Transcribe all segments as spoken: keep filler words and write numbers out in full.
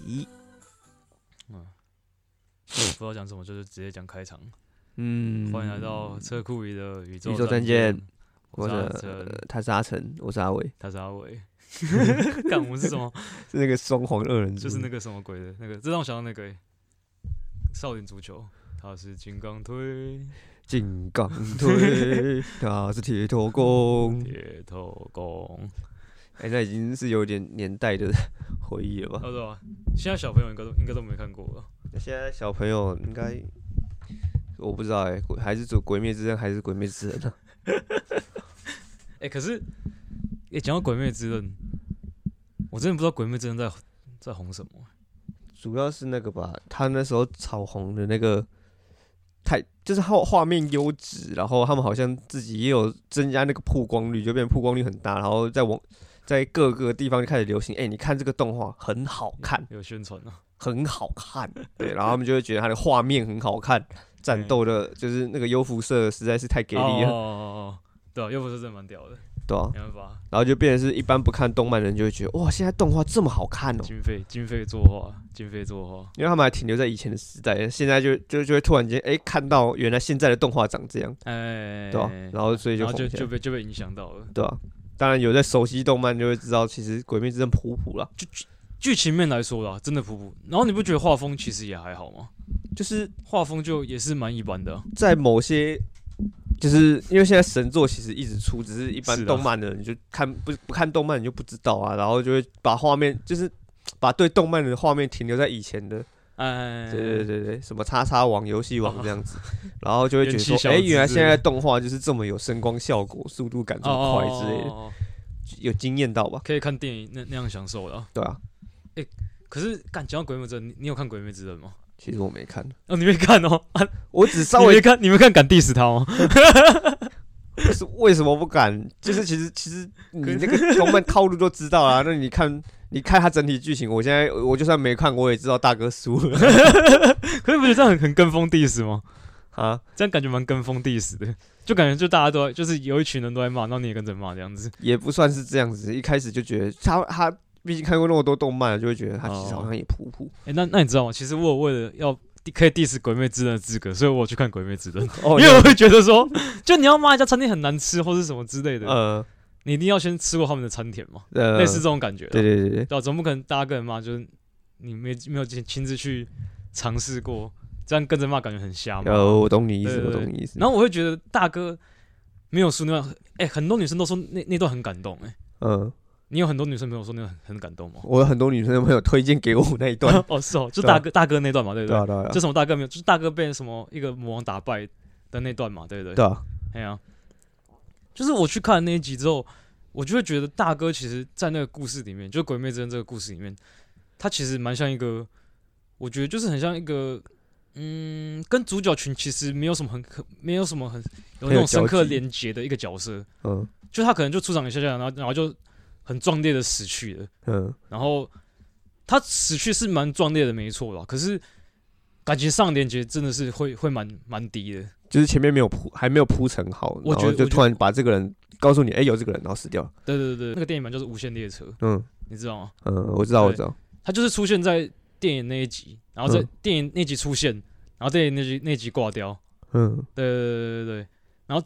嗯，不知道讲什么，就是直接讲开场。 嗯， 欢迎来到车库里的宇宙宇宙战舰舰。 我是阿我的成， 他是阿成，我是阿伟， 他是阿伟。干，我们是什么？ 是那个双黄二人组， 就是那个什么鬼的那个，这让我想到那个、欸、少林足球，他是金刚推， 金刚推，他是铁头功， 铁头功。 哎、欸，那已经是有点年代的回忆了吧？ 哦，对啊，现在小朋友应该都应该都没看过了。 现在小朋友应该我不知道哎、欸，还是走《鬼灭之刃》还是《鬼灭之刃》啊？ 哎、欸，可是，哎，讲到《鬼灭之刃》，我真的不知道《鬼灭之刃》在在红什么。 主要是那个吧，他那时候炒红的那个太，就是画画面优质，然后他们好像自己也有增加那个曝光率，就变成曝光率很大，然后在网在各个地方就开始流行。哎、欸，你看这个动画很好看， 有宣传啊， 很好看，对，然后他们就会觉得它的画面很好看，战斗的就是那个优辐射实在是太给力了。 哦哦哦，对啊，优辐射真的蛮屌的。 对啊， 没办法， 然后就变成是一般不看动漫的人就会觉得哇，现在动画这么好看哦、喔， 经费经费作画，经费作画， 因为他们还停留在以前的时代，现在就就就会突然间哎、欸、看到原来现在的动画长这样，哎、欸，对吧、啊？然后所以就然后就就被就被影响到了， 对啊，当然有在熟悉动漫就会知道，其实《鬼灭之刃》普普啦， 就剧情面来说啦，真的普普。然后你不觉得画风其实也还好吗？ 就是画风就也是蛮一般的、啊， 在某些。就是因为现在神作其实一直出，只是一般动漫的人就看不不看动漫你就不知道啊，然后就会把画面就是把对动漫的画面停留在以前的，哎，对对对对，什么叉叉网、游戏网这样子，然后就会觉得说，哎、欸，原来现在动画就是这么有声光效果，速度感这么快之类的，哦哦哦哦有惊艳到吧？ 可以看电影那那样享受了。 对啊， 哎、欸，可是干讲到《鬼灭之刃》，你你有看《鬼灭之刃》吗？ 其实我没看哦，你没看哦，啊、 我只稍微你没看，你没看敢 diss 他吗？ 是为什么不敢？就是其实其实你那个动漫套路都知道啊，那你看你看他整体剧情，我现在我就算没看，我也知道大哥输了。 可是不觉得这样很很跟风 diss 吗？ 啊， 这样感觉蛮跟风 diss 的，就感觉就大家都在就是有一群人都在骂，然后你也跟着骂这样子。 也不算是这样子，一开始就觉得他他毕竟看过那么多动漫，就会觉得他其实好像也普普。 哎、哦欸，那那你知道吗？其实我有为了要可以 diss 鬼灭之刃的资格，所以我有去看鬼灭之刃。哦，因为我会觉得说，就你要骂一家餐厅很难吃或是什么之类的，呃，你一定要先吃过他们的餐点嘛，呃，类似这种感觉。 对对对对， 对，总不可能大家跟人骂，就是你没没有亲自去尝试过，这样跟着骂感觉很瞎嘛。 有，我懂你意思，我懂你意思。 然后我会觉得大哥没有输那段，哎、欸，很多女生都说那那段很感动、欸，哎，嗯。你有很多女生朋友说那个 很, 很感动吗？ 我有很多女生朋友推荐给我那一段。 哦，是哦，就大哥、啊、大哥那段嘛，对不对？ 对啊对啊对啊， 就什么大哥没有，就是大哥被什么一个魔王打败的那段嘛，对不对？ 对啊， 哎呀、啊，就是我去看那一集之后，我就会觉得大哥其实，在那个故事里面，就是《鬼灭之刃》这个故事里面，他其实蛮像一个，我觉得就是很像一个，嗯，跟主角群其实没有什么很没有什么很有那种深刻连结的一个角色。嗯，就他可能就出场一下下，然后然后就。很壮烈的死去了，嗯，然后他死去是蛮壮烈的，没错啦。可是感情上连接真的是会会蛮蛮低的， 就是前面没有铺，还没有铺陈好， 我觉得就突然把这个人告诉你，哎、欸，有这个人，然后死掉。 对对对，那个电影版就是《无限列车》，嗯，你知道吗？ 嗯，我知道，我知道。 他就是出现在电影那一集，然后在电影那集出现，然后电影那集那集挂掉，嗯，对对对对对，然后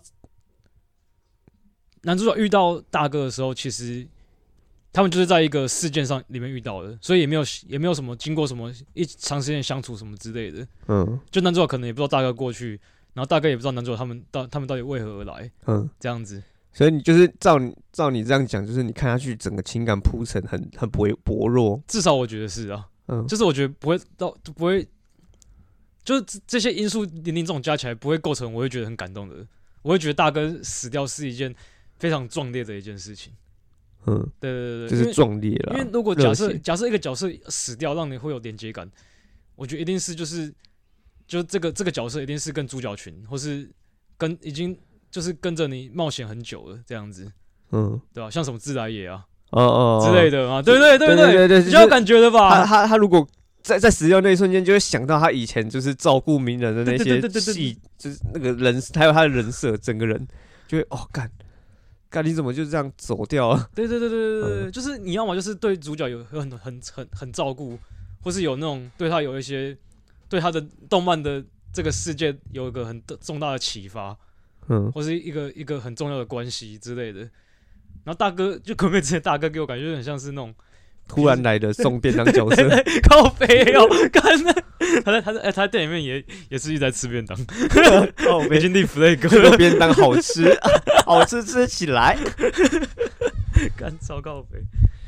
男主角遇到大哥的时候，其实。他们就是在一个事件上里面遇到的，所以也没有也没有什么经过什么一长时间相处什么之类的。嗯，就男主角可能也不知道大哥过去，然后大哥也不知道男主角他们到他们到底为何而来。嗯，这样子。 所以你就是照你照你这样讲，就是你看下去整个情感铺陈很很薄薄弱。 至少我觉得是啊。嗯，就是我觉得不会到不会，就是这些因素零零总加起来不会构成我会觉得很感动的。我会觉得大哥死掉是一件非常壮烈的一件事情。嗯，对对对， 就是壮烈了。 因为如果假设假设一个角色死掉，让你会有连接感，我觉得一定是就是就这个这个角色一定是跟主角群，或是跟已经就是跟着你冒险很久了这样子，嗯，对吧？像什么自来也啊，哦哦之类的啊，对对对对对对，你就有感觉了吧？ 他他他如果在在死掉那一瞬间，就会想到他以前就是照顾鸣人的那些戏，就是那个人，还有他的人设，整个人就会哦干。干你怎么就这样走掉了？ 对对对对对对，嗯、就是你要么就是对主角有很很很很照顾， 或是有那种对他有一些对他的动漫的这个世界有一个很重大的启发， 嗯， 或是一个一个很重要的关系之类的。然后大哥就鬼灭之刃大哥给我感觉就很像是那种突然来的送便当角色， 靠北哦，看那他在他在哎、欸、他在店里面也也是一直在吃便当， 靠北， 已经立 flag 这个便当好吃，好吃吃起来， 干超靠北。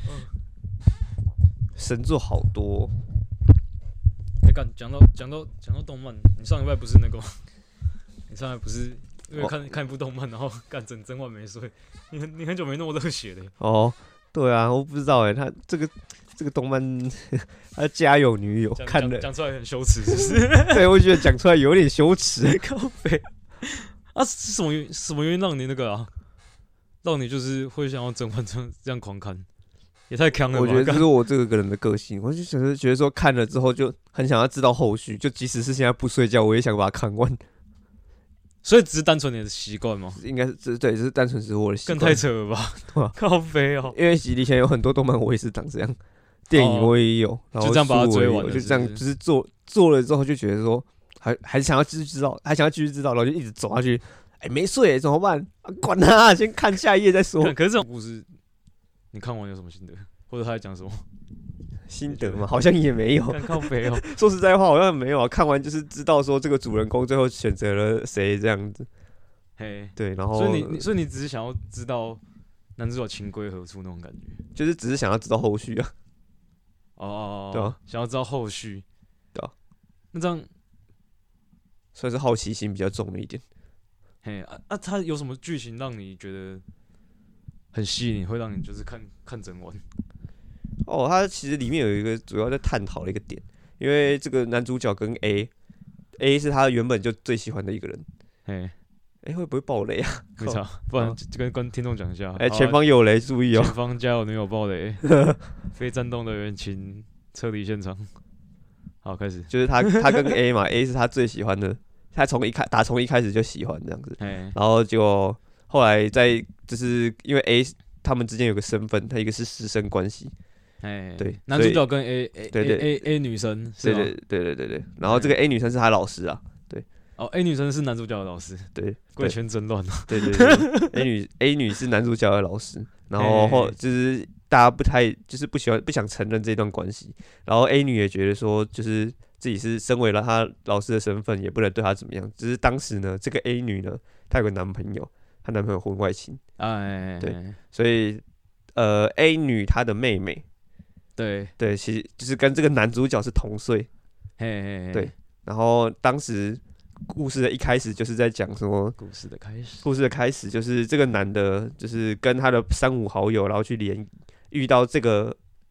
神作好多、哦。 哎、欸，干讲到讲到讲到动漫，你上礼拜不是那个？你上礼拜不是因为看、哦、看一部动漫，然后干整整晚没睡？你很你很久没那么热血了。 哦，对啊，我不知道哎，他这个这个动漫，他家有女友，看了讲出来很羞耻，是不是？ 对，我觉得讲出来有点羞耻。 靠北啊，是什么原什么原因让你那个啊？让你就是会想要整晚这样这样狂看？也太强了吧！ 我觉得这是我这个人的个性，我就觉得觉得说看了之后就很想要知道后续，就即使是现在不睡觉，我也想把它看完。 所以只是单纯你的习惯吗？ 应该是这对，这是单纯是我的习惯。 更太扯了吧？ 对靠北哦！ 因为以前有很多动漫我也是长这样，电影我也有，哦、然后就这样把它追完了，就这样就是做做了之后就觉得说还还想要继续知道，还想要继续知道，然后就一直走下去。哎、欸，没睡怎么办？啊、管他，先看下一页再说。 可是这种故事，你看完有什么心得？或者他在讲什么心得吗？好像也没有。 靠北哦， 说实在话，好像没有啊。看完就是知道说这个主人公最后选择了谁这样子。 嘿， 对，然后所以你所以你只是想要知道男主角情归何处那种感觉， 就是只是想要知道后续啊。 哦， 对啊， 想要知道后续。 对啊， 那这样算是好奇心比较重了一点。 嘿啊啊，他有什么剧情让你觉得很吸引你，会让你就是看看整晚？ 哦，他其实里面有一个主要在探讨的一个点，因为这个男主角跟 A，A 是他原本就最喜欢的一个人。 嘿， 哎、欸，会不会爆雷啊？ 没差，不然就跟跟听众讲一下。 哎、欸，前方有雷，注意哦！ 前方家有女友爆雷，非战斗的人请撤离现场。好，开始。 就是他，他跟 A 嘛，A 是他最喜欢的，他从一开打从一开始就喜欢这样子。然后就后来在就是因为 A 他们之间有个身份，他一个是师生关系。 哎， 对， 男主角跟 A A 对对 A A 女生， 对对对对对对。然后这个 A 女生是他老师啊，对。 哦 ，A 女生是男主角的老师， 对， 贵圈真乱啊。 对对对 ，A 女 A 女是男主角的老师，然后后就是大家不太就是不喜欢不想承认这段关系，然后 A 女也觉得说就是自己是身为了她老师的身份，也不能对她怎么样。只是当时呢，这个 A 女呢，她有个男朋友，她男朋友婚外情， 哎， 对，所以呃 A 女她的妹妹。 对对，其实就是跟这个男主角是同岁， 嘿嘿嘿， 对。然后当时故事的一开始就是在讲说， 故事的开始， 故事的开始就是这个男的，就是跟他的三五好友，然后去联遇到这个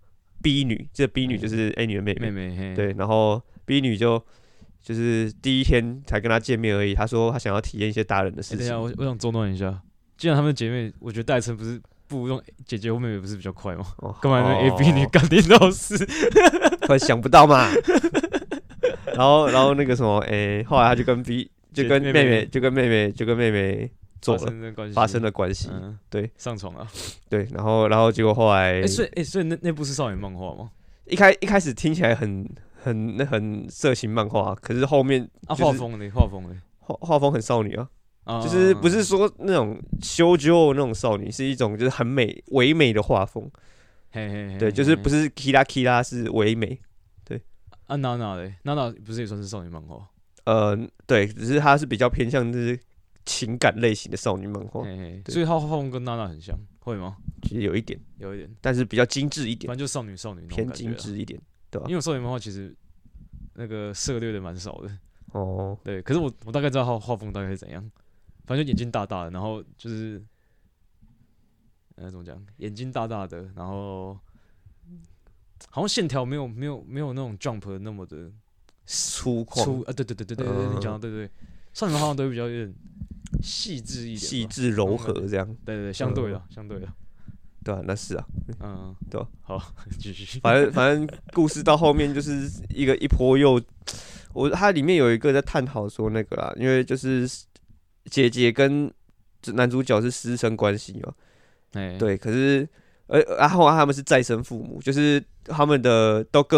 B 女，这个 B 女就是 A 女的妹妹， 妹妹嘿， 对。然后 B 女就就是第一天才跟他见面而已，她说她想要体验一些大人的事情。 等一下，我我想中断一下，既然她们姐妹，我觉得代称不是。不用姐姐或妹妹不是比较快吗？干嘛那 A B 女干你老师？ 突然想不到嘛。然后，然后那个什么，诶、欸，后来他就跟 B 就跟妹妹就跟妹妹就跟妹妹做了发生了关系，嗯、对， 上床了， 对，然后，然后结果后来， 哎、欸，所以，哎、欸，所以那那部是少年漫画吗？ 一开一开始听起来很很那很色情漫画，可是后面、就是、 啊，画风呢？画风呢？ 画画风很少女啊。就是不是说那种修究那种少女，是一种就是很美唯美的画风， 嘿嘿嘿， 对，就是不是 Kira Kira 是唯美，对。 啊，娜娜嘞，娜娜不是也算是少女漫画？ 呃，对，只是它是比较偏向就是情感类型的少女漫画， 所以它画风跟娜娜很像，会吗？ 其实有一点， 有一点， 但是比较精致一点， 反正就少女少女那种偏精致一点，对吧？ 因为少女漫画其实那个涉猎的蛮少的， 哦， 对，可是我我大概知道它画风大概是怎样。反正就眼睛大大的，然后就是，呃，怎么讲？眼睛大大的，然后好像线条没有没有没有那种 Jump 那么的粗犷。 粗啊，对对对对对对，你讲的对对，少女漫画都比较有点细致一点， 细致柔和这样。 对对对，相对的，相对的。 对啊，那是啊， 嗯， 对啊， 好，继续。 反正反正故事到后面就是一个一波又，我它里面有一个在探讨说那个啦，因为就是。姐姐跟男主角是师生关系嘛？欸、对，可是呃，然后他们是再生父母，就是他们的都各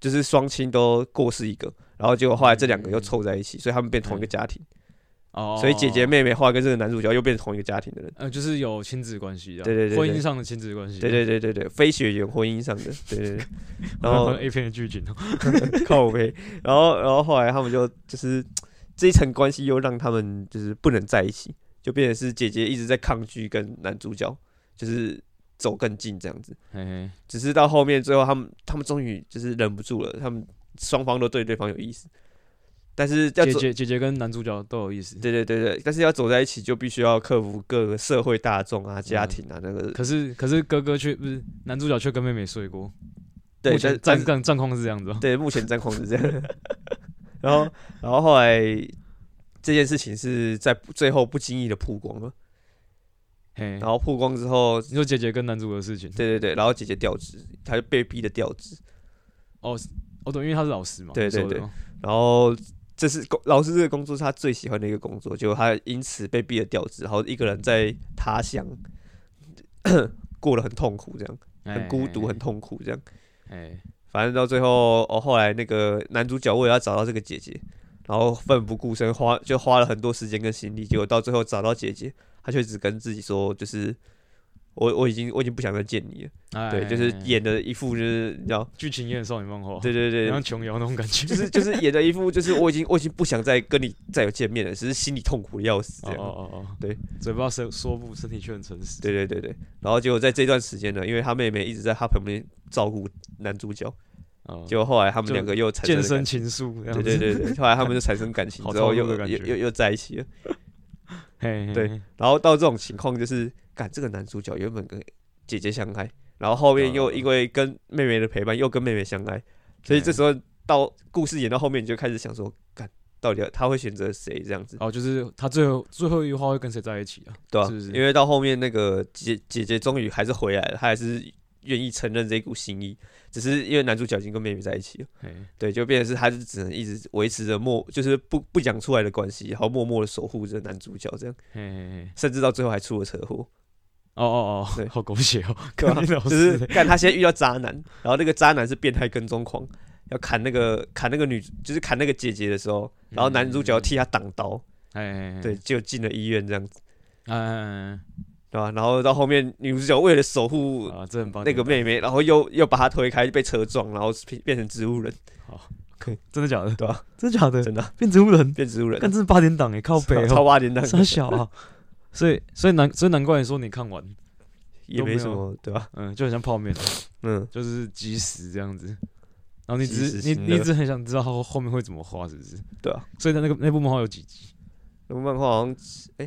就是双亲都过世一个，然后结果后来这两个又凑在一起，所以他们变同一个家庭。 哦， 所以姐姐妹妹后来跟这个男主角又变成同一个家庭的人。 呃，就是有亲子关系的， 对对对， 婚姻上的亲子关系。 对对对对对，非血缘婚姻上的，对对对。然后 A 片的剧情靠背，然后然后后来他们就就是这一层关系又让他们就是不能在一起，就变成是姐姐一直在抗拒跟男主角就是走更近这样子。 嘿嘿， 只是到后面最后他们他们终于就是忍不住了，他们双方都对对方有意思。但是要姐姐姐姐跟男主角都有意思， 对对对对，但是要走在一起就必须要克服各个社会大众啊、家庭啊、嗯、那个。 可是可是哥哥却不是男主角却跟妹妹睡过， 对， 目前战战战况是这样子、喔。对， 目前战况是这样。然后然后后来这件事情是在最后不经意的曝光了。然后曝光之后， 你说姐姐跟男主的事情， 对对对，然后姐姐调职，她就被逼的调职。 哦哦对，因为他是老师嘛。 对对对，然后。这是老师这个工作是他最喜欢的一个工作，结果他因此被逼了调职，然后一个人在他乡过得很痛苦，这样很孤独、很痛苦，这样。反正到最后，哦，后来那个男主角为了要找到这个姐姐，然后奋不顾身花就花了很多时间跟心力，结果到最后找到姐姐，他却只跟自己说，就是我我已经我已经不想再见你了。对，就是演的一副就是你知道， 剧情演少女漫画， 对对对， 像琼瑶那种感觉， 就是就是演的一副就是我已经我已经不想再跟你再有见面了，只是心里痛苦的要死这样。 哦哦哦， 对， 嘴巴说说不，身体却很诚实。 对对对对，然后结果在这段时间呢，因为他妹妹一直在他旁边照顾男主角，哦、结果后来他们两个又产生健身情愫， 对对对对，后来他们就产生感情之后又又又又在一起了。 嘿嘿对，然后到这种情况就是，干这个男主角原本跟姐姐相爱。然后后面又因为跟妹妹的陪伴，又跟妹妹相爱，所以这时候到故事演到后面，你就开始想说，干到底他会选择谁这样子？ 哦，就是他最后最后一句话会跟谁在一起啊？ 对啊， 是不是？ 因为到后面那个姐姐姐终于还是回来了，她还是愿意承认这一股心意，只是因为男主角已经跟妹妹在一起了，对，就变成是他就只能一直维持着默，就是不不讲出来的关系，然后默默的守护着男主角这样， 嘿嘿嘿， 甚至到最后还出了车祸。 哦哦哦，好狗血哦！ 对啊，就是干他现在遇到渣男，然后那个渣男是变态跟踪狂，要砍那个砍那个女，就是砍那个姐姐的时候，然后男主角替他挡刀， 哎， 对，就进了医院这样子， 嗯， 对吧？然后到后面女主角为了守护那个妹妹，然后又又把她推开，被车撞，然后变成植物人。 好，真的假的？ 对啊， 真的假的？ 真的变植物人， 变植物人， 干这是八点档哎，靠北哦， 超八点档， 超小啊。所以，所以难，所以难怪你说你看完也没什么，对吧？ 嗯，就很像泡面，嗯，就是即时这样子。然后你只你你一直很想知道他后面会怎么画，是不是？ 对啊。 所以他那个那部漫画有几集？ 那部漫画好像，哎、欸，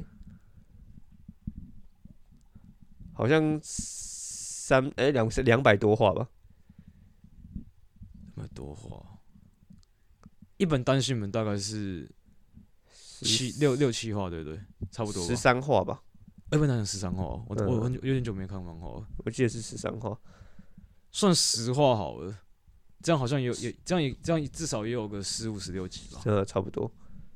好像三哎两两百多话吧。 两百多话，一本单行本大概是。七六六七话对不对？差不多十三话吧。 哎，不能十三话，我、嗯、我很有点久没看漫画了。 我记得是十三话， 算十话好了。这样好像也有也这样也这样至少也有个十五十六集吧。 呃，差不多。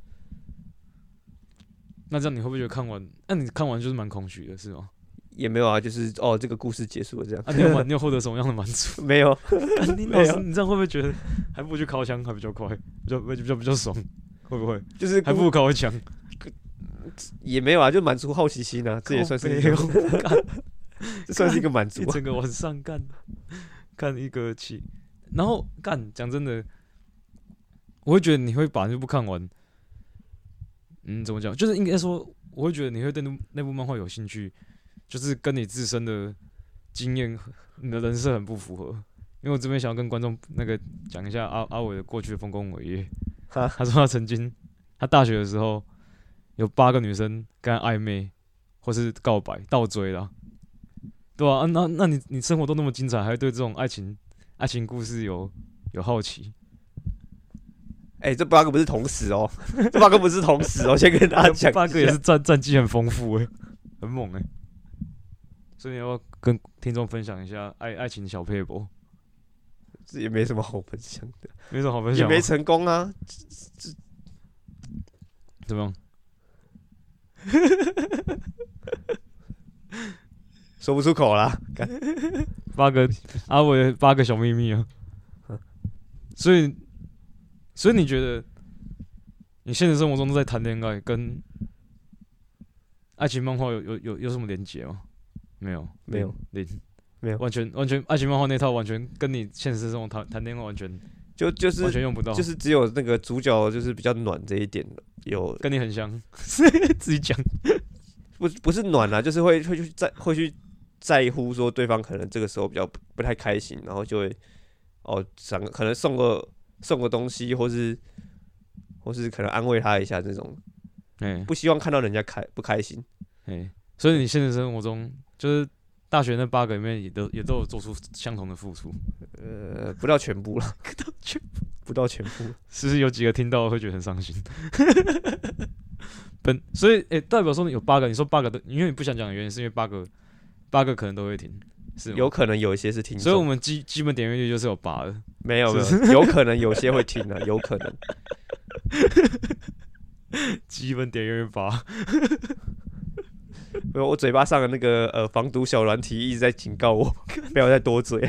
那这样你会不会觉得看完？那、啊、你看完就是蛮空虚的，是吗？ 也没有啊，就是哦，这个故事结束了这样。 啊，你有满你有获得什么样的满足？ 没有。 你老师，你这样会不会觉得还不如去靠枪还比较快，比较比较比较爽？会不会就是还不如靠枪？ 也没有啊，就满足好奇心啊，这也算是一个，这算是一个满足、啊。 一整个晚上干看一个戏，然后干讲真的，我会觉得你会把那部看完。嗯，怎么讲？就是应该说，我会觉得你会对那那部漫画有兴趣，就是跟你自身的经验、你的人设很不符合。因为我这边想要跟观众那个讲一下阿阿伟的过去的丰功伟业。他说他曾经，他大学的时候有八个女生跟他暧昧，或是告白、倒追啦，对吧、啊？那那你你生活都那么精彩，还对这种爱情爱情故事有有好奇？ 哎、欸，这八个不是同时哦，这八个不是同时哦，先跟大家讲， 八个也是战战绩很丰富哎，很猛哎。所以你要不要跟听众分享一下爱爱情小撇步？ 这也没什么好分享的， 没什么好分享， 也没成功啊，这怎么样？ 说不出口啦。 八个阿伟八个小秘密啊， 所以所以你觉得你现实生活中都在谈恋爱，跟爱情漫画有有有有什么连结吗？没有， 没有， 零， 没有， 完全完全爱情漫画那套完全跟你现实生活谈谈恋爱完全就就是完全用不到， 就是只有那个主角就是比较暖这一点有跟你很像，自己讲， 不不是暖啊，就是会会去在会去在乎说对方可能这个时候比较不不太开心，然后就会哦想可能送个送个东西，或是或是可能安慰他一下这种， 哎， 不希望看到人家开不开心， 哎，所以你现实生活中就是大学那八个里面也都也都有做出相同的付出， 呃，不到全部了， 不到全部， 不到全部， 是不是有几个听到会觉得很伤心？本所以，诶、欸，代表说有八个，你说八个的，因为你不想讲的原因是因为八个，八个可能都会听，是吗？ 有可能有一些是听众， 所以我们基基本点阅率就是有八的， 没有没有，有可能有些会听啊，有可能， 基本点阅率八。 没有，我嘴巴上的那个呃防毒小软体一直在警告我，不要再多嘴。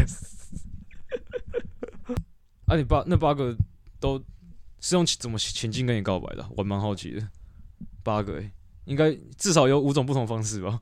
啊，你八那八个都是用怎么情境跟你告白的啊？我蛮好奇的。八个、欸，应该至少有五种不同方式吧？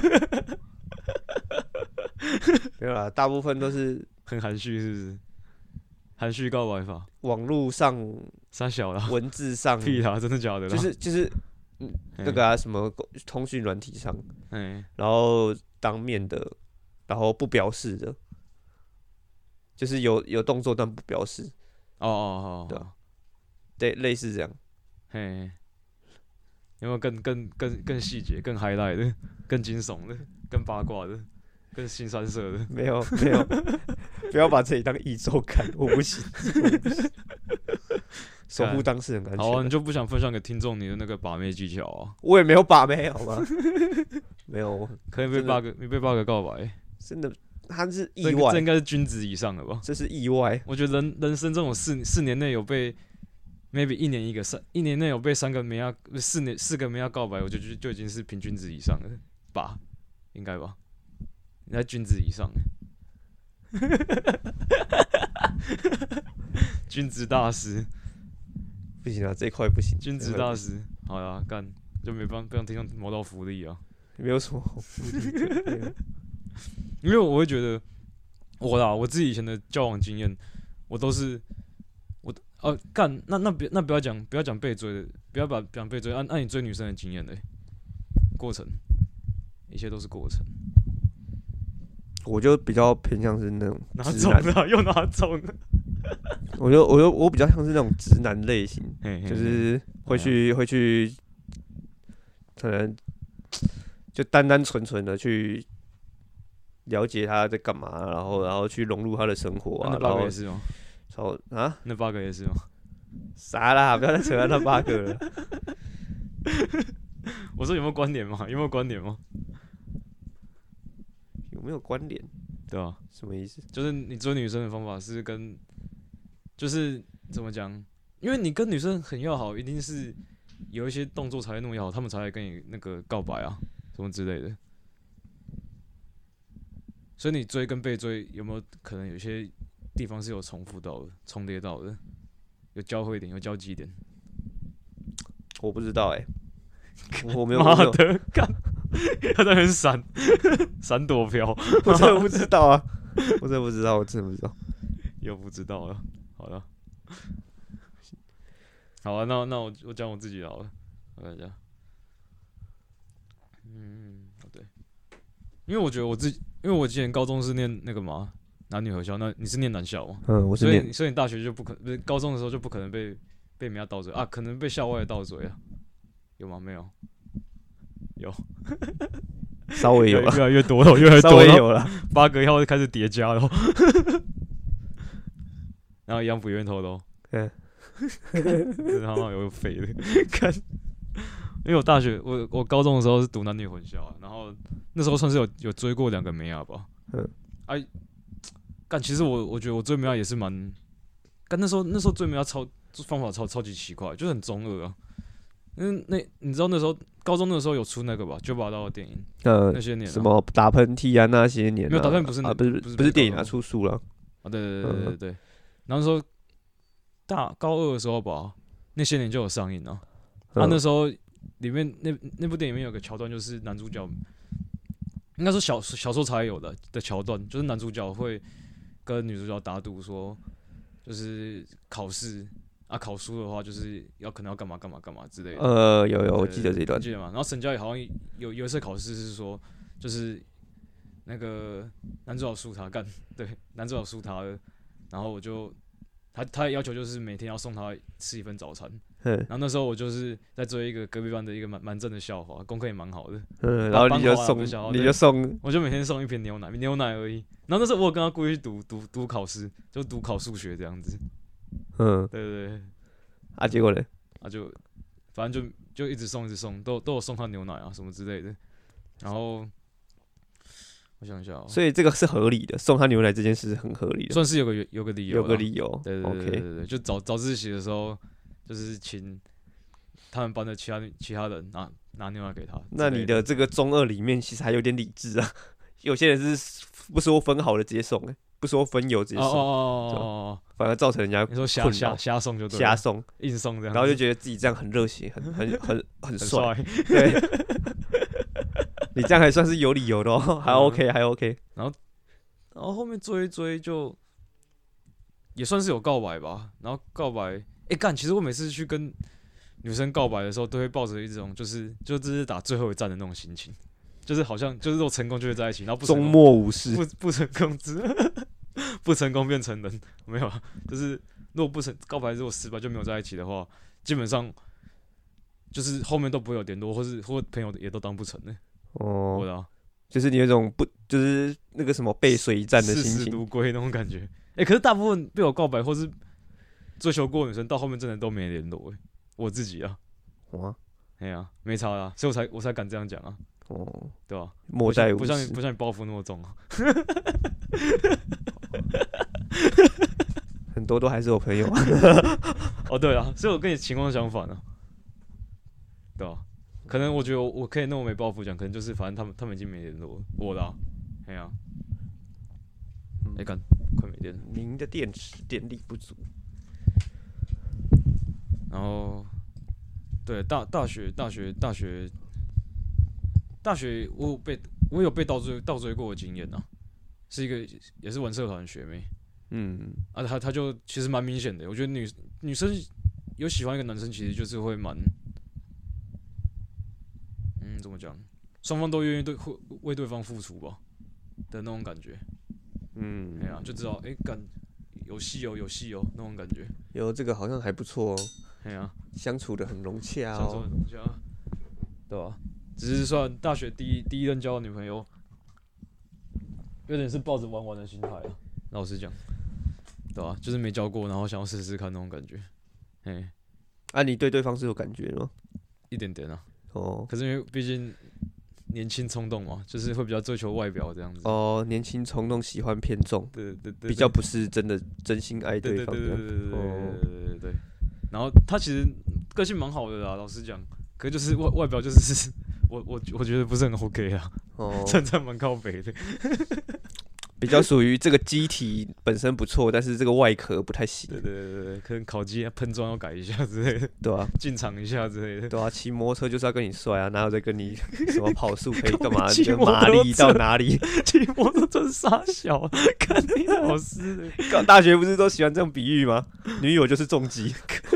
没有啦，大部分都是很含蓄，是不是？含蓄告白法， 网络上、 三小啦， 文字上， 屁啦，真的假的啦？ 就是就是、嗯、那个啊，什么通讯软体上， 欸、 然后当面的，然后不表示的，就是有有动作但不表示。 哦哦哦， 对、啊，对，类似这样。 嘿。有没有更更更更细节、更 highlight 的、更惊悚的、更八卦的、更新三色的？ 没有没有，不要把自己当一周看，我不行，我不行。守护当事人安全。 好啊，你就不想分享给听众你的那个把妹技巧啊？ 我也没有把妹，好吗？没有， 可以被八个，你被八个告白， 真的，他是意外， 这应该是均值以上的吧？ 这是意外。 我觉得人人生这种四四年内有被。maybe 一年一个三，一年内有被三个妹要四年四个妹要告白，我觉得就就已经是平均值以上了吧，应该吧？你在均值以上，均值大师， 不行啊，这一块不行。 均值大师，好啦，干就没办法，不想听到谋到福利啊， 没有什么好福利的。 因为我会觉得我啦，我自己以前的交往经验，我都是。哦，干，那那别那不要讲，不要讲被追的，不要把讲被追，按、啊、按、啊、你追女生的经验嘞，过程，一切都是过程。 我就比较偏向是那种哪种的、啊，又哪种的？ 我就我就我比较像是那种直男类型， 嘿嘿嘿就是会去、啊、会去，可能就单单纯纯的去了解他在干嘛，然后然后去融入他的生活啊。 那八个也是吗？ 哦啊， 那八个也是吗？ 啥啦，不要再扯到那八个了。 我说有没有关联吗？有没有关联吗？ 有没有关联？ 对啊， 什么意思？ 就是你追女生的方法是跟，就是怎么讲？因为你跟女生很要好，一定是有一些动作才会那么要好，他们才会跟你那个告白啊，什么之类的。所以你追跟被追有没有可能有些地方是有重复到的、重叠到的，有交汇点、有交集点？ 我不知道哎、欸，我没有。 妈的，干，他在那边闪闪躲飘， 我真的不知道啊，我真的不知道，我真的不知道， 又不知道了。好了，好啊，那那我我讲我自己好了，我看一下。嗯，对，因为我觉得我自己，因为我之前高中是念那个嘛。男女合校，那你是念男校吗？ 嗯，我是念。所以所以你大学就不可，不是高中的时候就不可能被被人家倒追啊，可能被校外的倒追啊，有吗？没有，有， 稍微有了， 越来越多了，越来越多了， 稍微有了， 八个要开始叠加了，然后一样不愿意偷偷，嗯，真他妈有废的，看，因为我大学我我高中的时候是读男女混校、啊，然后那时候算是有有追过两个妹啊吧，嗯，哎、啊。干，其实我我觉得我追梅亚也是蛮，干那时候那时候追梅亚超方法超超级奇怪，就是很中二啊。因为那你知道那时候高中那时候有出那个吧，九把刀的电影，呃，那些年、啊、 什么打喷嚏啊那些年、啊， 没有打喷嚏不是、 啊、不是不是电影啊，出书了。 啊，对对对对对对。嗯、然后说大高二的时候吧，那些年就有上映了。 嗯、 啊，那时候里面那那部电影里面有个桥段，就是男主角，应该说小小时候才有的的桥段，就是男主角会跟女主角打赌说，就是考试啊，考输的话就是要可能要干嘛干嘛干嘛之类的。 呃，有有，我记得这一段， 记得吗？然后沈佳宜好像有有一次考试是说，就是那个男主角输他干，对，男主角输他了，然后我就他他的要求就是每天要送他吃一份早餐。然后那时候我就是在追一个隔壁班的一个蛮蛮正的校花，功课也蛮好的。 嗯，然后你就送，你就送， 我就每天送一瓶牛奶，牛奶而已。然后那时候我有跟他故意去读读读考试，就读考数学这样子。 嗯， 对对对。 啊，结果呢？ 啊就反正就就一直送一直送，都都有送他牛奶啊什么之类的。然后我想一下、喔， 所以这个是合理的，送他牛奶这件事是很合理的， 算是有个有个理由， 有个理由。 对对对对 对, 对，就早早自习的时候。就是请他们班的其他其他人拿拿牛奶给他。 那你的这个中二里面其实还有点理智啊，有些人是不说分好的直接送、欸，不说分有直接送，哦哦哦， 反而造成人家你说瞎瞎瞎送就对了， 瞎送硬送这样， 然后就觉得自己这样很热血，很很很很帅， 对， 你这样还算是有理由的哦，还 OK 还 OK。 然后然后后面追一追就也算是有告白吧，然后告白。哎、欸、干！其实我每次去跟女生告白的时候，都会抱着一种就是就这是打最后一战的那种心情，就是好像就是如果成功就会在一起，然后不成功终末无事， 不不成功之不成功变成人，没有啊，就是如果不成告白如果失败就没有在一起的话，基本上就是后面都不会有联络，或是或朋友也都当不成的。哦，我的、啊， 就是你有一种不就是那个什么背水一战的心情， 视死如归那种感觉。哎、欸，可是大部分被我告白或是追求过的女生到后面真的都没联络，我自己啊，哇，哎呀、啊，没差啦，所以我才我才敢这样讲啊，哦，对吧、啊？ 莫代无不像你不像你包袱那么重啊， 很多都还是我朋友啊。 哦，对啊，所以我跟你情况相反啊，对吧、啊？可能我觉得我可以那么没包袱讲，可能就是反正他们他们已经没联络了，我的、啊，哎呀、啊，哎、欸、干，快没电了， 您的电池电力不足。 然后，对大大学大学大学大学，我有被我有被倒追倒追过的经验啊，是一个也是玩社团的学妹，嗯，啊，她她就其实蛮明显的，我觉得女女生有喜欢一个男生，其实就是会蛮，嗯，怎么讲，双方都愿意对会为对方付出吧的那种感觉，嗯，哎呀、啊，就知道哎干、欸、有戏哦有戏哦那种感觉， 有这个好像还不错哦。 哎呀、啊， 相处的很融洽哦， 相处很融洽，对吧、啊？只是算大学第一第一任交的女朋友，有点是抱着玩玩的心态啊。老实讲，对吧、啊？就是没交过，然后想要试试看那种感觉。哎， 啊，你对对方是有感觉吗？ 一点点啊。哦。可是因为毕竟年轻冲动嘛，就是会比较追求外表这样子。 哦，年轻冲动，喜欢偏重。 对对 对, 对。 比较不是真的真心爱对方。 对对对对对对对对对对。然后他其实个性蛮好的啦，老实讲，可是就是外外表就是我我我觉得不是很 OK 啊，哦，真的蛮靠北的， 比较属于这个机体本身不错，但是这个外壳不太行。 对对对对，可能烤机喷装要改一下之类的， 对啊， 进场一下之类的， 对啊，骑摩托车就是要跟你帅啊，哪有在跟你什么跑速可以干嘛？马力到哪里？ 骑摩托车傻小，看你老师， 大学不是都喜欢这种比喻吗？女友就是重机。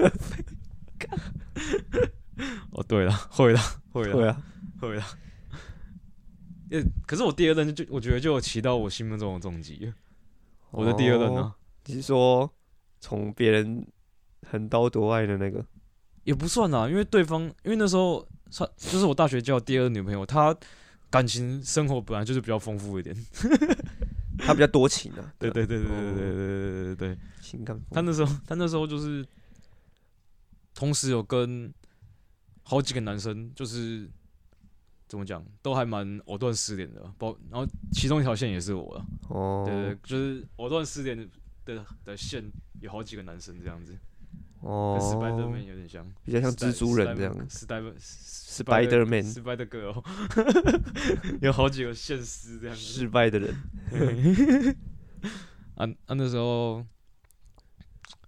哦，对了，会了，会了， 会啊， 会了。可是我第二任就我觉得就有骑到我心目中的重击了。我的第二任呢、啊？ 你是说从别人横刀夺爱的那个？ 也不算啦，因为对方因为那时候就是我大学交的第二女朋友，她感情生活本来就是比较丰富一点。 她比较多情啊。 对对对对对对对对对对。 情感。 她那时候她那时候就是同时有跟好几个男生，就是怎么讲，都还蛮藕断丝连的，包然后其中一条线也是我了。哦，对对，就是藕断丝连的 的, 的线有好几个男生这样子。哦，跟 Spider-Man 有点像， 比较像蜘蛛人这样。 Spider-Man， Spider Girl， 有好几个线丝这样子。 失败的人。 啊啊，那时候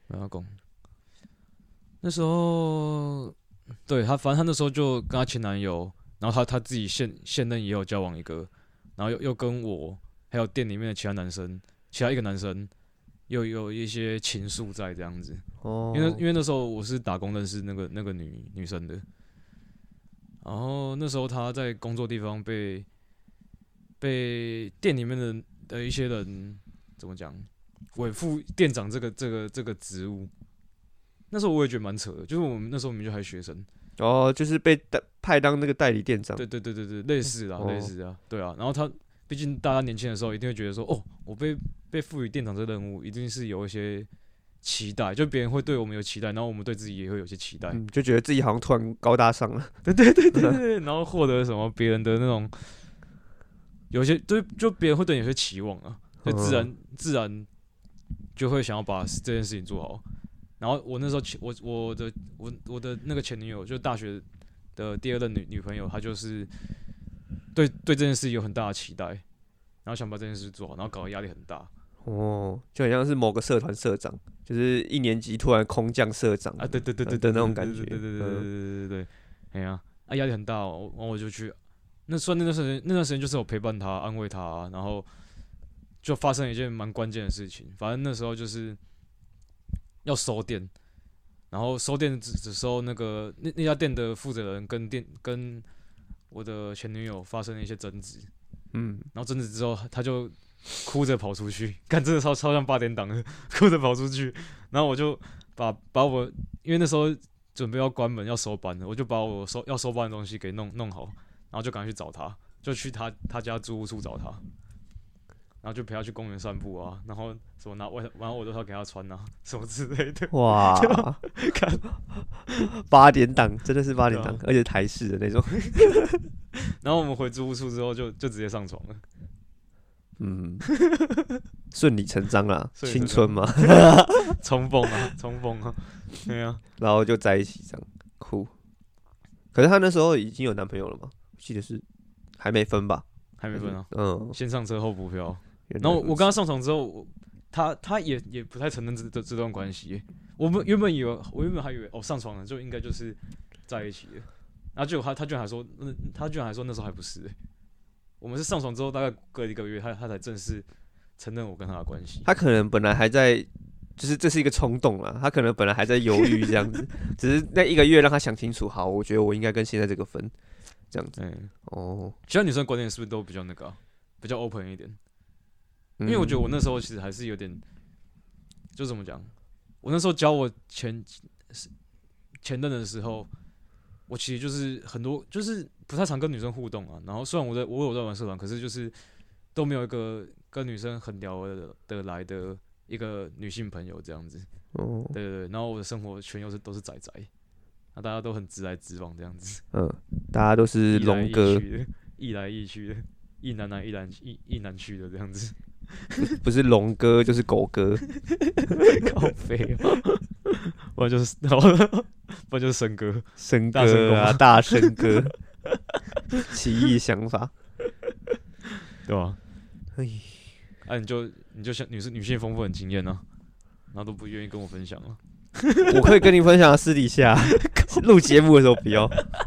没阿公。那时候，对他，反正他那时候就跟他前男友，然后他他自己现现任也有交往一个，然后又又跟我还有店里面的其他男生，其他一个男生又有一些情愫在这样子。 哦， 因为因为那时候我是打工认识那个那个女女生的，然后那时候她在工作地方被被店里面的的一些人怎么讲，委副店长这个这个这个职务，那时候我也觉得蛮扯的，就是我们那时候我们就还学生， 哦，就是被派当那个代理店长， 对对对对对，类似啦、 哦、 类似啊，对啊，然后他毕竟大家年轻的时候一定会觉得说，哦，我被被赋予店长这个任务，一定是有一些期待，就别人会对我们有期待，然后我们对自己也会有些期待， 嗯，就觉得自己好像突然高大上了， 对对对对对，然后获得什么别人的那种，有些就就别人会对你有些期望啊，就自然、嗯、自然就会想要把这件事情做好。然后我那时候我我的我我的那个前女友，就大学的第二任女女朋友，她就是对对这件事有很大的期待，然后想把这件事做好，然后搞得压力很大。 哦，就很像是某个社团社长，就是一年级突然空降社长啊，对对对对的那种感觉， 对对对对对对对对，哎呀，啊压力很大哦，然后我就去，那算那段时间那段时间就是我陪伴他安慰他、啊，然后就发生了一件蛮关键的事情，反正那时候就是要收店，然后收店的时候，那个那那家店的负责人跟店跟我的前女友发生了一些争执，嗯，然后争执之后他就哭着跑出去，干真的超超像八点档的，哭着跑出去，然后我就把把我因为那时候准备要关门要收班了，我就把我收要收班的东西给弄弄好，然后就赶快去找他，就去他他家租屋处找他，然后就陪他去公园散步啊，然后什么拿外然后我都要给他穿啊，什么之类的。 哇，看八点档真的是八点档，而且台式的那种。 然后我们回租屋处之后就就直接上床了。 嗯，顺理成章啦，青春嘛， 冲锋啊，冲锋啊，对啊， 然后就在一起这样，酷。可是他那时候已经有男朋友了吗？我记得是还没分吧？ 还没分啊， 嗯， 先上车后补票。然后我跟他上床之后，他他也也不太承认这这这段关系。我们原本以为，我原本还以为哦上床了就应该就是在一起了，然后结果他他居然还说，嗯，他居然还说那时候还不是、欸。我们是上床之后大概隔一个月，他他才正式承认我跟他的关系。 他可能本来还在，就是这是一个冲动啦，他可能本来还在犹豫这样子，只是那一个月让他想清楚，好，我觉得我应该跟现在这个分，这样子。 嗯， 哦， 其他女生观念是不是都比较那个、啊，比较 open 一点？因为我觉得我那时候其实还是有点，就怎么讲，我那时候教我前前任的时候，我其实就是很多就是不太常跟女生互动啊。然后虽然我在我有在玩社团，可是就是都没有一个跟女生很聊得得来的一个女性朋友这样子。哦，对对对。然后我的生活圈又是都是宅宅，那大家都很直来直往这样子。 嗯，大家都是龙哥， 一来一去的，一男来一男一一男去的这样子。 不是龙哥就是狗哥， 靠飞啊！不然就是，不然就是生哥， 生哥啊，大生哥，奇异想法， 对吧？哎，啊，你就你就像女士女性丰富很经验啊，然后都不愿意跟我分享啊。 我可以跟你分享，私底下录节目的时候不要。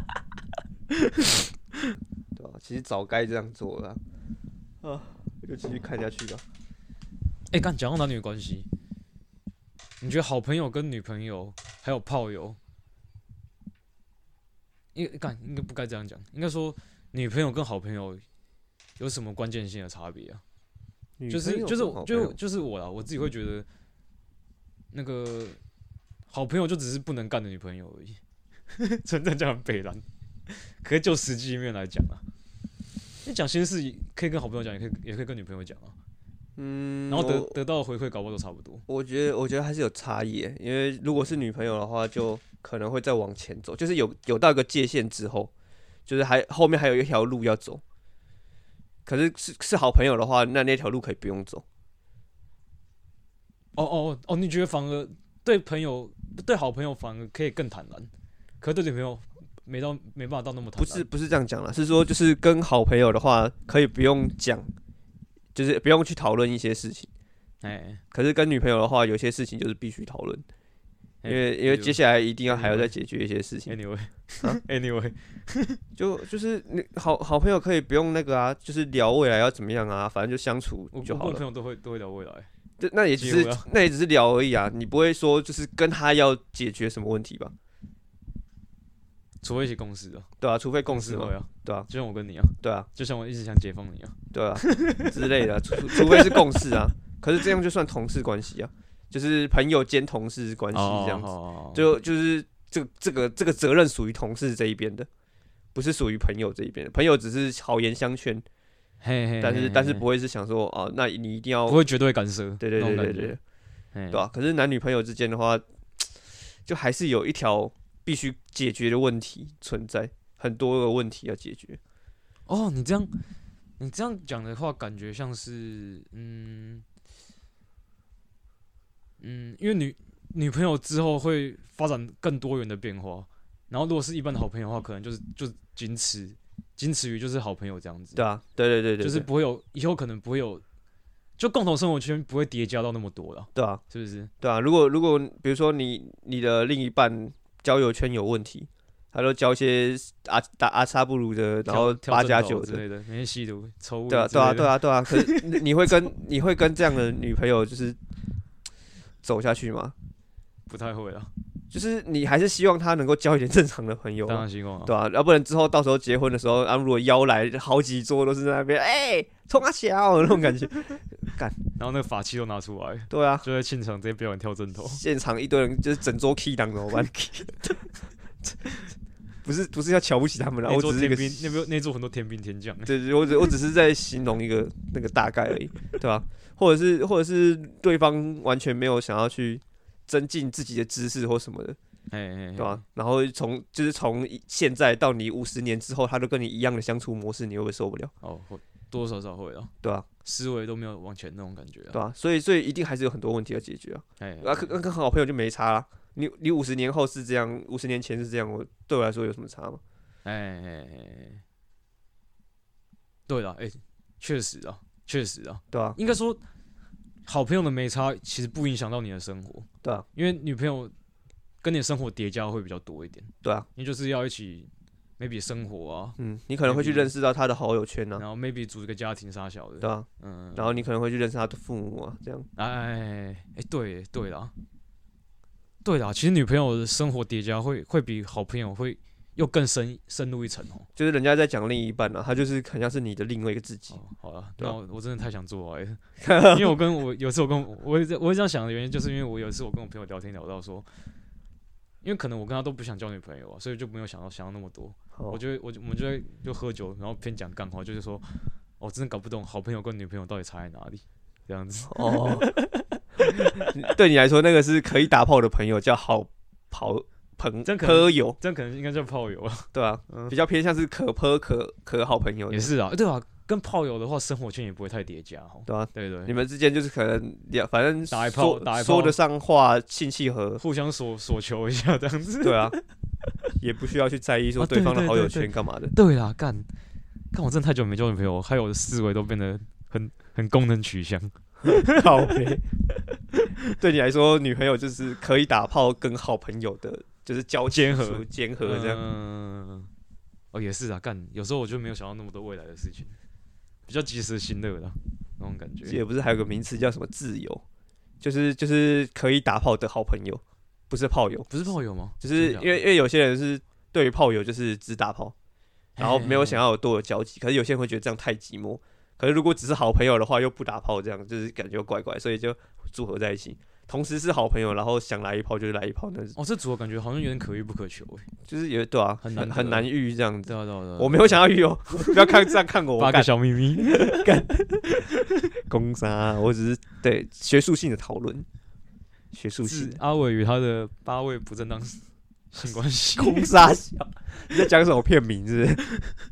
对啊，其实早该这样做了啊。就继续看下去吧。 哎、欸，刚讲到男女关系，你觉得好朋友跟女朋友还有炮友，应该应该不该这样讲，应该说女朋友跟好朋友有什么关键性的差别啊？就是就是就就是我啦，我自己会觉得，那个好朋友就只是不能干的女朋友而已，真的叫很北蓝。可是就实际面来讲啊。你讲心事可以跟好朋友讲，也可以也可以跟女朋友讲啊。嗯，然后得得到的回馈搞不好都差不多。 我觉得我觉得还是有差异，因为如果是女朋友的话，就可能会再往前走，就是有有到一个界限之后，就是还后面还有一条路要走。可是是是好朋友的话，那那条路可以不用走。 哦哦哦，你觉得反而对朋友对好朋友反而可以更坦然，可是对女朋友。没到没办法到那么坦然， 不是不是这样讲啦，是说就是跟好朋友的话，可以不用讲，就是不用去讨论一些事情， 哎， 可是跟女朋友的话，有些事情就是必须讨论，因为因为接下来一定要还要再解决一些事情。 Anyway，Anyway， 就就是你好好朋友可以不用那个啊，就是聊未来要怎么样啊，反正就相处就好了。 我跟朋友都会都会聊未来， 这那也只是那也只是聊而已啊，你不会说就是跟他要解决什么问题吧？ 除非一起共识啊， 对啊，除非共识嘛， 会啊， 对啊， 就像我跟你啊， 对啊， 就像我一直想解放你啊， 对啊之类的，除除非是共识啊，可是这样就算同事关系啊，就是朋友兼同事关系这样子，就就是这这个这个责任属于同事这一边的，不是属于朋友这一边的，朋友只是好言相劝。 嘿嘿， 但是但是不会是想说哦，那你一定要不会绝对干涉， 对对对对对，对吧？可是男女朋友之间的话，就还是有一条必须解决的问题存在，很多个问题要解决。 哦，你这样你这样讲的话，感觉像是嗯嗯，因为女女朋友之后会发展更多元的变化，然后如果是一般的好朋友的话，可能就是就是仅此。仅此于就是好朋友这样子， 对啊，对对对对， 就是不会有以后可能不会有，就共同生活圈不会叠加到那么多了， 对啊， 是不是？ 对啊，如果如果比如说你你的另一半交友圈有问题，他都交一些阿打阿萨布鲁的，然后八加九之类的，每天吸毒抽， 对啊对啊对啊对啊，可是你会跟你会跟这样的女朋友就是走下去吗？ 不太会啊。 就是你还是希望他能够交一点正常的朋友， 当然希望啊， 对啊，要不然之后到时候结婚的时候，啊，如果邀来好几桌都是在那边，哎，冲啊小那种感觉，干， 然后那个法器都拿出来， 对啊， 就在现场直接表演跳针头， 现场一堆人就是整桌 key 档怎么办？不是不是要瞧不起他们啦，我只是一个那边那桌很多天兵天将， 对，我只我只是在形容一个那个大概而已，对吧？或者是或者是对方完全没有想要去增进自己的知识或什么的，对吧？然后从就是从现在到你五十年之后，他都跟你一样的相处模式，你会不会受不了？ 哦，会多多少少会啊， 对啊， 思维都没有往前那种感觉啊， 对啊，所以所以一定还是有很多问题要解决啊。啊，跟跟好朋友就没差啦。你你五十年后是这样，五十年前是这样，我对我来说有什么差吗？ 哎哎哎，对了，哎，确实啊，确实啊， 对啊， 应该说。好朋友的没差，其实不影响到你的生活， 对啊， 因为女朋友跟你的生活叠加会比较多一点， 对啊， 你就是要一起 maybe 生活啊， 嗯，你可能会去认识到他的好友圈啊， 然后 maybe 组一个家庭啥小的， 对啊，嗯，然后你可能会去认识他的父母啊，这样， 哎哎哎，对对啦，对啦，其实女朋友的生活叠加会会比好朋友会又更深深入一层哦， 就是人家在讲另一半啊，他就是很像是你的另外一个自己。 哦、好了，那我我真的太想做爱了，因为我跟我有次我跟我我会我会这样想的原因，就是因为我有一次我跟我朋友聊天聊到说，因为可能我跟他都不想交女朋友啊，所以就没有想到想到那么多。哦、我就会我我们就会就喝酒，然后偏讲干话，就是说，我、哦、真的搞不懂好朋友跟女朋友到底差在哪里，这样子。哦， 对你来说，那个是可以打炮的朋友叫好跑。朋朋友， 这样可能应该叫炮友啊， 对啊，嗯、比较偏向是可朋可可好朋友。 也是啊，对啊，跟炮友的话，生活圈也不会太叠加， 对啊， 对 对, 對， 你们之间就是可能反正打一炮，打一炮， 说得上话，性契合， 互相所所求一下这样子。 对啊，也不需要去在意说对方的好友圈干嘛的。 对啦，干，干我真的太久没交女朋友，害我的思维都变得很很功能取向。 靠北，对你来说，女朋友就是可以打炮跟好朋友的。就是交结合结合这样， 嗯，哦也是啊，干有时候我就没有想到那么多未来的事情，比较及时行乐的那种感觉。 也不是还有个名词叫什么自由，就是就是可以打炮的好朋友，不是炮友， 不是炮友吗？ 就是因为因为有些人是对于炮友就是只打炮，然后没有想要有多有交集，可是有些人会觉得这样太寂寞，可是如果只是好朋友的话又不打炮，这样就是感觉怪怪，所以就组合在一起。同时是好朋友，然后想来一炮就来一炮那种。 哦，这组合感觉好像有点可遇不可求哎， 就是有对啊，很难很难遇这样子。 对啊对啊对啊， 我没有想要遇哦，不要看这样看我。 八个小秘密， 干攻杀，我只是对学术性的讨论，学术性。 阿伟与他的八位不正当性关系， 攻杀小，你在讲什么片名是不是？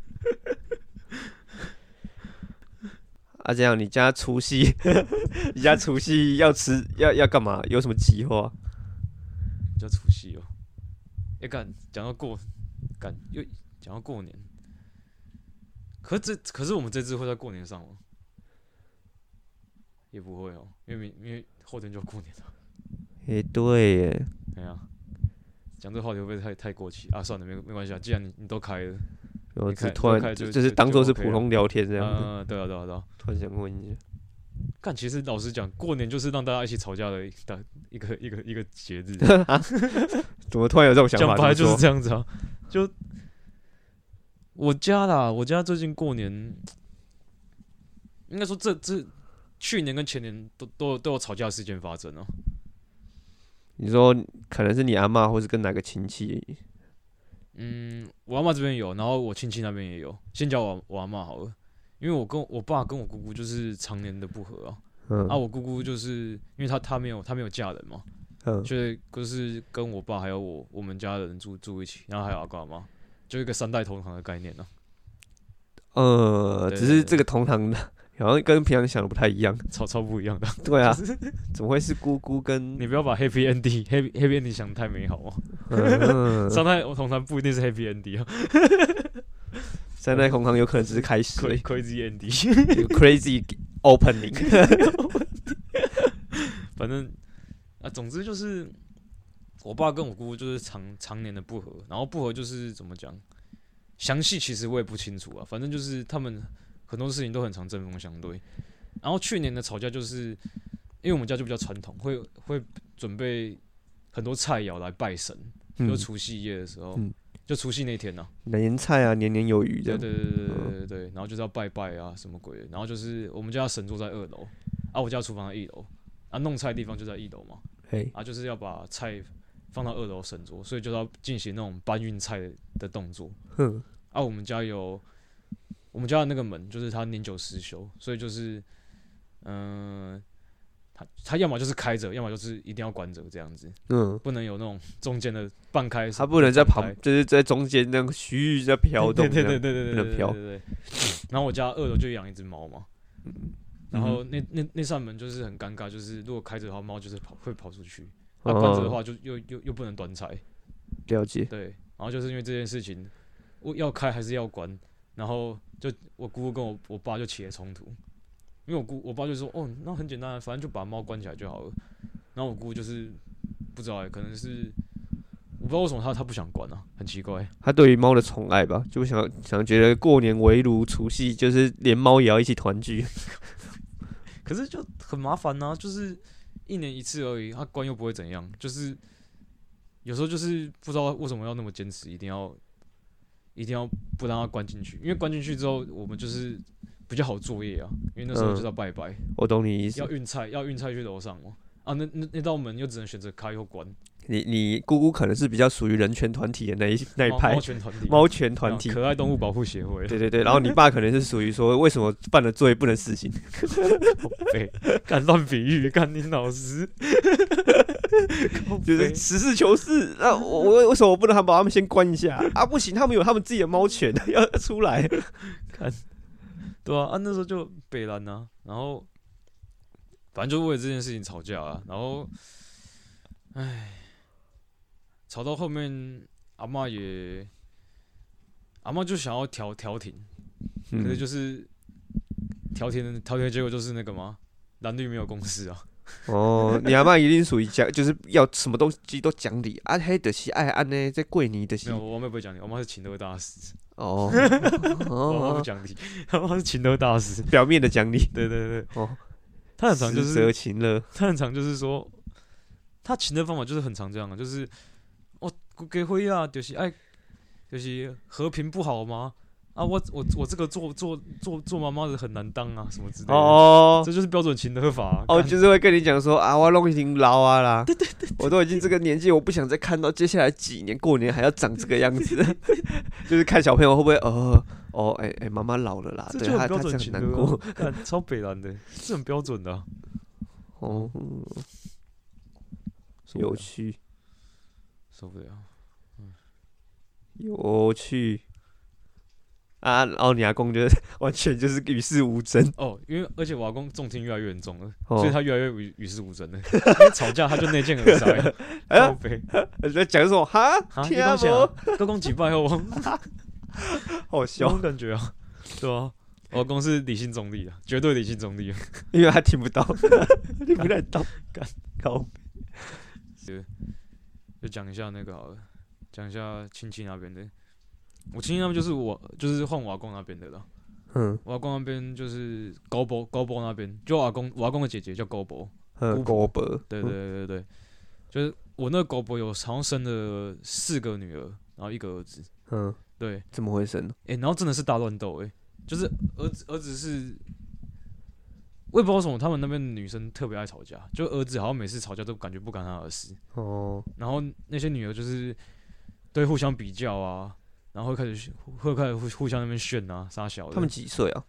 啊，这样你家除夕，你家除夕要吃要要干嘛？有什么计划？ 叫除夕哦，哎干，讲到过，干又讲到过年，可是这可是我们这次会在过年上吗？ 也不会哦，因为因为后天就过年了。 哎、欸，对耶。 哎呀，讲这个话题会不会太太过期啊？算了，没没关系啊，既然你你都开了， 我只突然就就是当做是普通聊天这样子。 嗯，对啊，对啊，对啊。 突然想问一下， 看，其实老实讲，过年就是让大家一起吵架的一个一个一个节日。 怎么突然有这种想法？ 讲白就是这样子啊。就我家啦，我家最近过年，应该说这这去年跟前年都都都有吵架事件发生啊。 你说可能是你阿嬷，或是跟哪个亲戚？ 嗯，我阿嬷这边有，然后我亲戚那边也有。先讲我我阿嬷好了，因为我跟我爸跟我姑姑就是常年的不和啊。嗯、啊，我姑姑就是因为她她没有她没有嫁人嘛，嗯、所以就是跟我爸还有我我们家的人住住一起，然后还有阿公阿嬷，就一个三代同堂的概念呢、 啊。呃，只是这个同堂的。好像跟平常想的不太一样， 超超不一样的。 对啊，怎么会是姑姑跟？ 你不要把 happy ending happy happy ending 想得太美好哦。嗯、三代同堂不一定是 happy ending 啊。 三代同堂有可能只是开始。 crazy ending。crazy opening。 反正啊，总之就是我爸跟我姑姑就是常常年的不和，然后不和就是怎么讲，详细其实我也不清楚啊，反正就是他们。很多事情都很常针锋相对，然后去年的吵架就是因为我们家就比较传统，会会准备很多菜肴来拜神，嗯、就除夕夜的时候，嗯、就除夕那天呢、 啊，年菜啊，年年有余这样。 对对对对对对对，然后就是要拜拜啊，什么鬼的，然后就是我们家神桌在二楼，啊，我家厨房在一楼，啊，弄菜的地方就在一楼嘛，啊，就是要把菜放到二楼神桌，所以就要进行那种搬运菜的动作。嗯、啊，我们家有。我们家的那个门就是它年久失修，所以就是，嗯、呃，它它要么就是开着，要么就是一定要关着这样子，嗯，不能有那种中间的半开， 它不能在旁，就是在中间那个区域在飘动， 对对对对对对， 不能飘。 对对对。然后我家二楼就养一只猫嘛，然后那那那扇门就是很尴尬，就是如果开着的话，猫就是跑会跑出去；那关着的话就又又又不能端菜。 了解。 对，然后就是因为这件事情，我要开还是要关？然后就我姑姑跟我我爸就起了冲突，因为我姑我爸就说哦，那很简单，反正就把猫关起来就好了。然后我姑姑就是不知道、欸，可能是我不知道为什么他他不想关啊，很奇怪。 他对于猫的宠爱吧，就想想觉得过年围炉除夕，就是连猫也要一起团聚。 可是就很麻烦呐、啊，就是一年一次而已，他关又不会怎样，就是有时候就是不知道为什么要那么坚持，一定要。一定要不让它关进去，因为关进去之后，我们就是比较好作业啊。因为那时候就是要拜拜，嗯、 我懂你意思。 要运菜，要运菜去楼上嘛。啊，那那那道门又只能选择开或关。 你你姑姑可能是比较属于人权团体的那一那一派， 猫权团体， 猫权团体， 可爱动物保护协会。 对对对，然后你爸可能是属于说，为什么犯了罪不能死刑？ 对，敢乱比喻，干你老师。 就是实事求是。那、啊、我我为什么不能把他们先关一下啊？不行，他们有他们自己的猫权，要出来。 看，对啊，啊那时候就北兰啊，然后反正就为了这件事情吵架啊，然后，唉，吵到后面，阿嬷也，阿嬷就想要调调停，可是就是调停的调停的结果就是那个嘛，蓝绿没有共识啊。 哦，你阿嬷一定属于讲，就是要什么东西都讲理啊，迄就是爱安呢，在过年的是。 没有，我阿嬷不会讲理，我妈是情勒大师。 哦， 我妈不讲理，我妈是情勒大师， 表面的讲理。 对对对，哦，他很常就是实情勒， 他很常就是说，他情的方法就是很常这样的，就是哦，给会啊，就是爱，就是和平不好吗？啊，我我我这个做做做做妈妈的很难当啊，什么之类的。哦，这就是标准情勒法、啊。 哦，就是会跟你讲说啊，我都已经老啊啦，对对 对, 對，我都已经这个年纪，我不想再看到接下来几年过年还要长这个样子。就是看小朋友会不会呃哦哎哎，妈妈老了啦， 这就很标准情勒、啊，超北蓝的，这很标准的、啊。哦、嗯， 有趣， 受不了， 嗯，有趣。啊，然后你阿公就是完全就是与世无争哦，因为而且我阿公重听越来越严重了，哦、所以他越来越与与世无争了。因为吵架他就内疚耳塞，靠北， 在讲什么？哈， 听啊不，都讲几拜哦， 好笑， 那种感觉啊，对啊， 我阿公是理性中立的，绝对理性中立， 因为他听不到，听不太到，干靠。 就讲一下那个好了，讲一下亲戚那边的。我亲戚那边就是我，就是换我阿公那边的了。 嗯， 我阿公那边就是高伯，高伯那边，就我阿公，我阿公的姐姐叫高伯。 嗯，高伯。 对对对对对，就是我那个高伯有好像生了四个女儿，然后一个儿子。 嗯， 对， 怎么回事呢？ 哎、欸，然后真的是大乱斗，哎，就是儿子儿子是，我也不知道为什么他们那边的女生特别爱吵架，就儿子好像每次吵架都感觉不干他的事。哦。然后那些女儿就是对互相比较啊，然后会开始会开始互互相那边炫啊，杀小的。 他们几岁啊？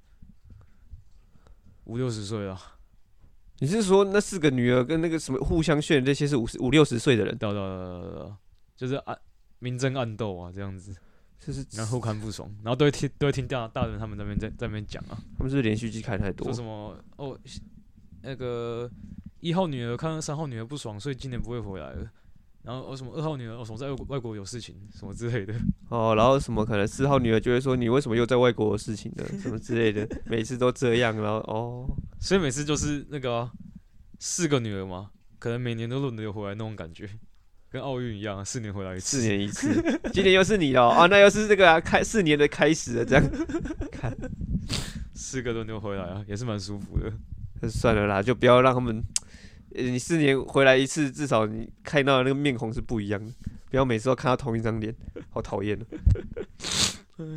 五六十岁啊。 你是说那四个女儿跟那个什么互相炫这些是五十五六十岁的人？ 对对对对对，就是暗明争暗斗啊，这样子， 就是然后互看不爽，然后都会听都会听大大人他们那边在在那边讲啊。 他们是不是连续剧看太多？ 说什么哦，那个一号女儿看到三号女儿不爽，所以今年不会回来了。然后哦什么二号女儿哦什么在外国外国有事情什么之类的。 哦，然后什么可能四号女儿就会说你为什么又在外国有事情呢？什么之类的，每次都这样，然后哦， 所以每次就是那个、啊、四个女儿嘛，可能每年都轮流回来那种感觉。跟奥运一样，四年回来一次， 四年一次，今年又是你了啊，那又是这个、啊、开四年的开始了，这样看， 四个轮流回来啊，也是蛮舒服的。 算了啦，就不要让他们，你四年回来一次，至少你看到的那个面孔是不一样的，不要每次都看到同一张脸，好讨厌哦。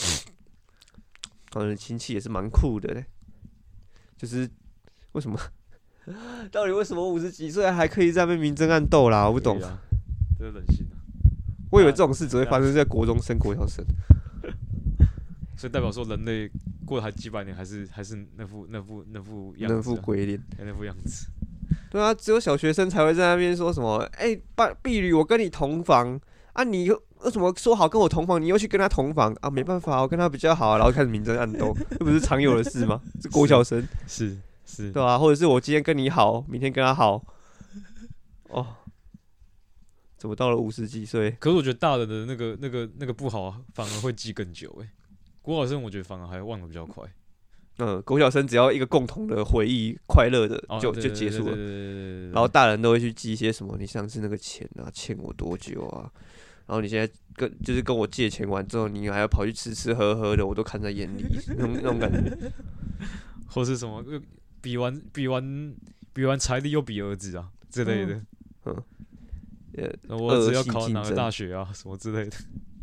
我的亲戚也是蛮酷的嘞，就是为什么？到底为什么五十几岁还可以在那边明争暗斗啦？我不懂。 啊，这是人性啊！ 我以为这种事只会发生在国中生、国小生。 所以代表说人类过了还几百年，还是还是那副那副那副样子、啊， 那副鬼脸， 那副样子。 对啊，只有小学生才会在那边说什么：“哎、欸，伴婢女，我跟你同房啊，你为什么说好跟我同房，你又去跟他同房啊？没办法，我跟他比较好，然后开始明争暗斗，这不是常有的事吗？是国小生， 是是， 是对啊，或者是我今天跟你好，明天跟他好，哦。”怎么到了五十几岁？ 可是我觉得大人的那个、那个、那个不好，反而会记更久哎。国小生我觉得反而还忘得比较快。 嗯，国小生只要一个共同的回忆，快乐的就、 哦、 就结束了。 然后大人都会去记一些什么，你上次那个钱啊，欠我多久啊？然后你现在跟就是跟我借钱完之后，你还要跑去吃吃喝喝的，我都看在眼里，那种那种感觉。 或是什么比完比完比完财力又比儿子啊之类的。嗯。嗯我儿子要考哪个大学啊，什么之类的。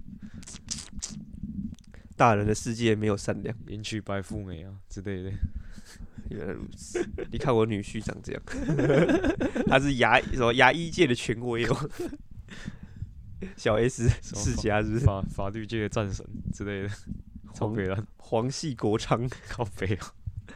大人的世界没有善良， 迎娶白富美啊之类的。 原来如此，你看我女婿长这样，他是牙什么牙医界的权威哦，小 S 世家是不是？ 法法律界的战神之类的，超北蓝， 皇系国昌， 靠北啊。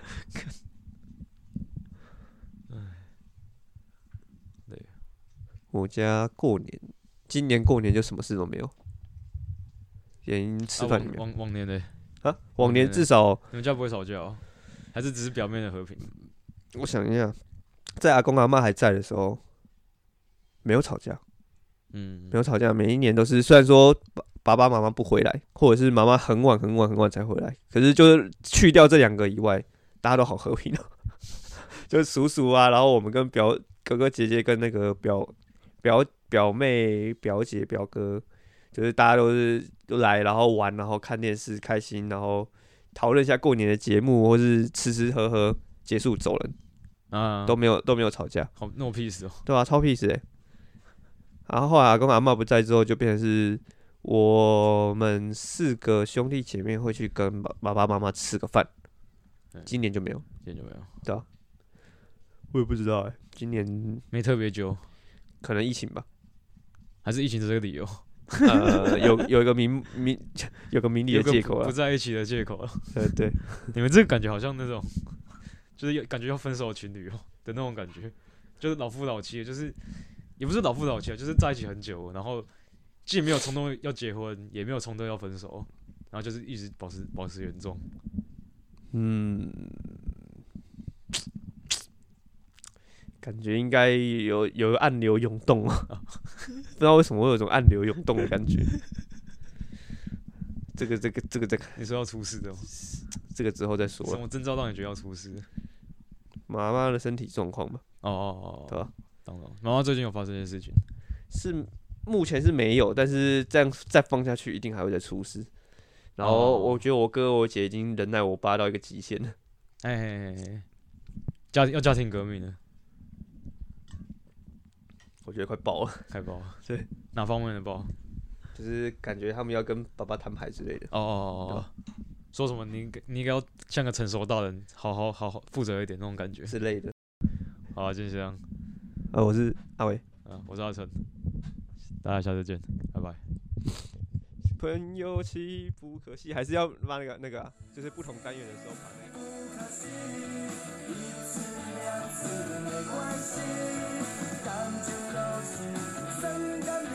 我家过年，今年过年就什么事都没有，连吃饭也没有。 啊、往往年呢？ 啊，往年至少你们家不会吵架、哦，还是只是表面的和平？ 我想一下，在阿公阿嬷还在的时候，没有吵架。嗯，没有吵架，每一年都是，虽然说爸爸妈妈不回来，或者是妈妈很晚很晚很晚才回来，可是就是去掉这两个以外，大家都好和平哦。就是叔叔啊，然后我们跟表哥哥姐姐跟那个表。表表妹、表姐、表哥，就是大家都是都来，然后玩，然后看电视，开心，然后讨论一下过年的节目，或是吃吃喝喝，结束走人，啊，都没有都没有吵架， 好 no peace 哦， 对啊，超 peace 哎。然后后来阿公阿嬷不在之后，就变成是我们四个兄弟姐妹会去跟爸爸妈妈吃个饭，今年就没有， 今年就没有， 对啊，我也不知道哎、欸，今年没特别久。 可能疫情吧， 还是疫情是这个理由？ 呃，有有一个名名有个名利的借口了， 不在一起的借口了。 对对， 你们这个感觉好像那种，就是感觉要分手的情侣哦的那种感觉，就是老夫老妻，就是也不是老夫老妻啊，就是在一起很久，然后既没有冲动要结婚，也没有冲动要分手，然后就是一直保持保持原状。嗯。 感觉应该有有暗流涌动啊，不知道为什么会有种暗流涌动的感觉。这个这个这个这个， 你说要出事的吗？ 这个之后再说了。 什么征兆让你觉得要出事？ 妈妈的身体状况吧。 哦哦哦， 对吧？ 懂了。妈妈最近有发生一些事情， 是目前是没有，但是这样再放下去，一定还会再出事。然后我觉得我哥我姐已经忍耐我爸到一个极限了。 哎哎哎，家要家庭革命了， 我觉得快爆了， 开爆了。 对， 哪方面的爆？ 就是感觉他们要跟爸爸摊牌之类的。 哦哦哦哦，说什么你你应该要像个成熟大人，好好好好负责一点那种感觉之类的。 好啊，就这样。 啊，我是阿伟， 啊，我是阿成，大家下次见，拜拜。 朋友岂不可惜？还是要把那个那个、啊，就是不同单元的时候把那个。一次两次没关系，感觉到是真感。